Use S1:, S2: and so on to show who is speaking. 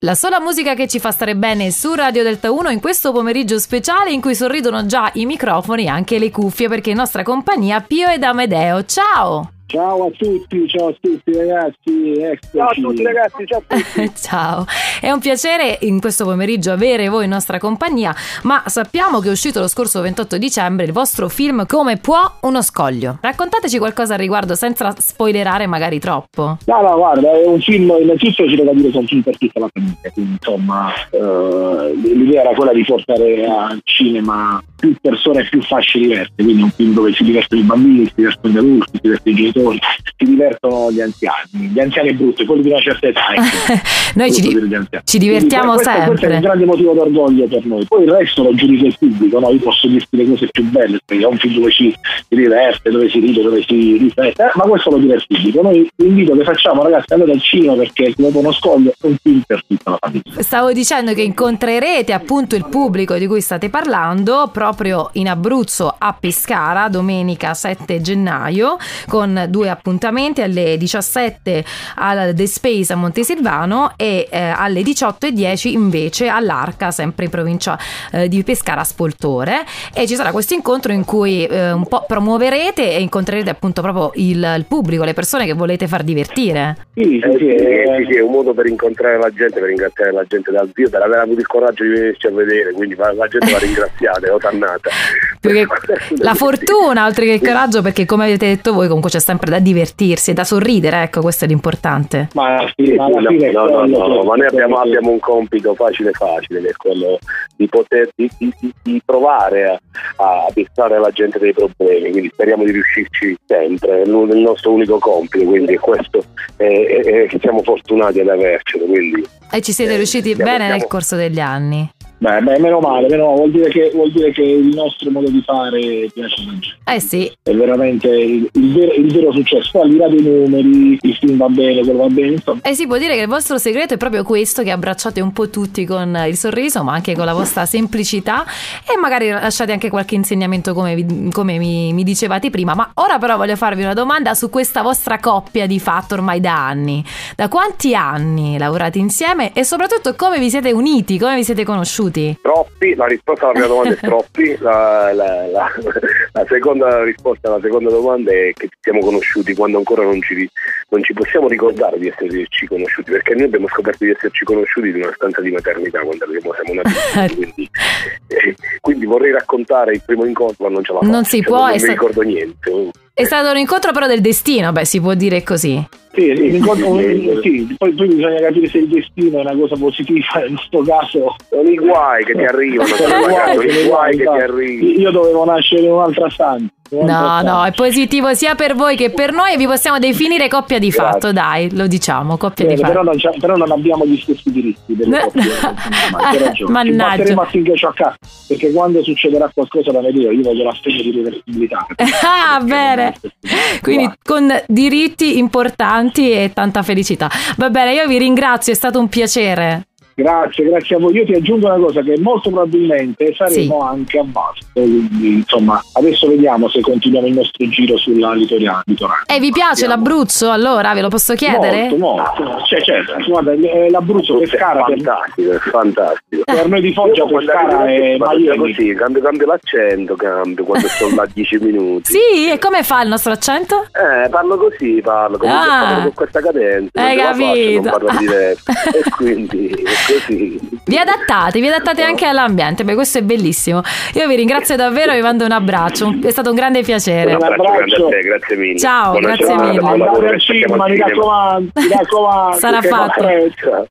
S1: La sola musica che ci fa stare bene su Radio Delta 1 in questo pomeriggio speciale in cui sorridono già i microfoni e anche le cuffie, perché in nostra compagnia Pio ed Amedeo. Ciao!
S2: Ciao a tutti ragazzi, eccoci.
S3: Ciao a tutti ragazzi, ciao a tutti.
S1: Ciao, è un piacere in questo pomeriggio avere voi in nostra compagnia, ma sappiamo che è uscito lo scorso 28 dicembre il vostro film Come può uno scoglio. Raccontateci qualcosa al riguardo senza spoilerare magari troppo.
S2: No, guarda, è un film, innanzitutto ci deve dire che è un film per tutta la famiglia, quindi insomma l'idea era quella di portare al cinema più persone e più fasce diverse, quindi è un film dove si divertono i bambini, si divertono gli adulti, si divertono i genitori, si divertono gli anziani brutti, quelli di una certa età.
S1: Noi ci divertiamo sempre.
S2: Questo è un grande motivo d'orgoglio per noi. Poi il resto lo giudica il pubblico, no? Io posso dirti le cose più belle, perché è un film dove si diverte, dove si ride, dove si riflette, ma questo lo dirà il pubblico. Noi l'invito che facciamo, ragazzi, andate al cinema perché Come può uno scoglio è un film per tutta la famiglia.
S1: Stavo dicendo che incontrerete appunto il pubblico di cui state parlando proprio in Abruzzo a Pescara domenica 7 gennaio con 2 appuntamenti alle 17 al The Space a Montesilvano e alle 18:10 invece all'Arca, sempre in provincia di Pescara, Spoltore, e ci sarà questo incontro in cui un po' promuoverete e incontrerete appunto proprio il pubblico, le persone che volete far divertire.
S3: Sì, è un modo per incontrare la gente, per ringraziare la gente dal vivo, per aver avuto il coraggio di venirci a vedere, quindi la gente va ringraziata, è otannata.
S1: Perché la fortuna oltre che il coraggio, perché come avete detto voi comunque c'è sempre da divertirsi e da sorridere, ecco, questo è l'importante.
S3: Ma noi abbiamo un compito facile che è quello di poter di provare a pensare alla gente dei problemi, quindi speriamo di riuscirci sempre, è il nostro unico compito, quindi questo siamo fortunati ad avercelo, quindi
S1: e ci siete riusciti bene nel corso degli anni.
S2: Beh, meno male, vuol dire che il nostro modo di fare piace a gente.
S1: Sì.
S2: È veramente il vero successo. Al di là dei numeri, il film va bene, quello va bene, insomma.
S1: Si può dire che il vostro segreto è proprio questo, che abbracciate un po' tutti con il sorriso, ma anche con la vostra semplicità, e magari lasciate anche qualche insegnamento come mi dicevate prima. Ma ora però voglio farvi una domanda su questa vostra coppia di fatto ormai da anni. Da quanti anni lavorate insieme e soprattutto come vi siete uniti, come vi siete conosciuti?
S3: Troppi, la risposta alla prima domanda è troppi, la seconda risposta alla seconda domanda è che ci siamo conosciuti quando ancora non ci possiamo ricordare di esserci conosciuti, perché noi abbiamo scoperto di esserci conosciuti in una stanza di maternità quando siamo nati, quindi vorrei raccontare il primo incontro, ma non ce la faccio,
S1: non si può,
S3: non mi ricordo niente.
S1: È stato un incontro però del destino, si può dire così.
S2: Sì, poi bisogna capire se il destino è una cosa positiva, in questo caso
S3: sono i guai che ti arrivano,
S2: Io dovevo nascere in un'altra stanza.
S1: No, è positivo sia per voi che per noi e vi possiamo definire coppia di fatto, dai, lo diciamo, coppia di fatto.
S2: Però non abbiamo gli stessi diritti delle coppie.
S1: Mannaggia.
S2: Ci batteremo affinché ciò accada, perché quando succederà qualcosa da vedere io voglio l'assegno di reversibilità.
S1: Bene, quindi con diritti importanti e tanta felicità. Va bene, io vi ringrazio, è stato un piacere.
S2: Grazie a voi. Io ti aggiungo una cosa, che molto probabilmente saremo anche a Vasto, quindi insomma adesso vediamo se continuiamo il nostro giro sulla litorale.
S1: E vi piace l'Abruzzo, allora ve lo posso chiedere?
S2: Molto. Certo, guarda, l'Abruzzo Pescara
S3: è fantastico.
S2: Per noi di Foggia Pescara è Miami.
S3: Così, cambio l'accento, quando sto là 10 minuti.
S1: Sì, e come fa il nostro accento?
S3: Parlo così, parlo con questa cadenza.
S1: Hai capito?
S3: Non parlo diretto. E quindi così.
S1: Vi adattate anche all'ambiente, questo è bellissimo. Io vi ringrazio davvero, vi mando un abbraccio, è stato un grande piacere.
S3: Un abbraccio grande a te, grazie mille.
S1: Ciao, grazie mille.
S2: Mi raccomando.
S1: Sarà fatto.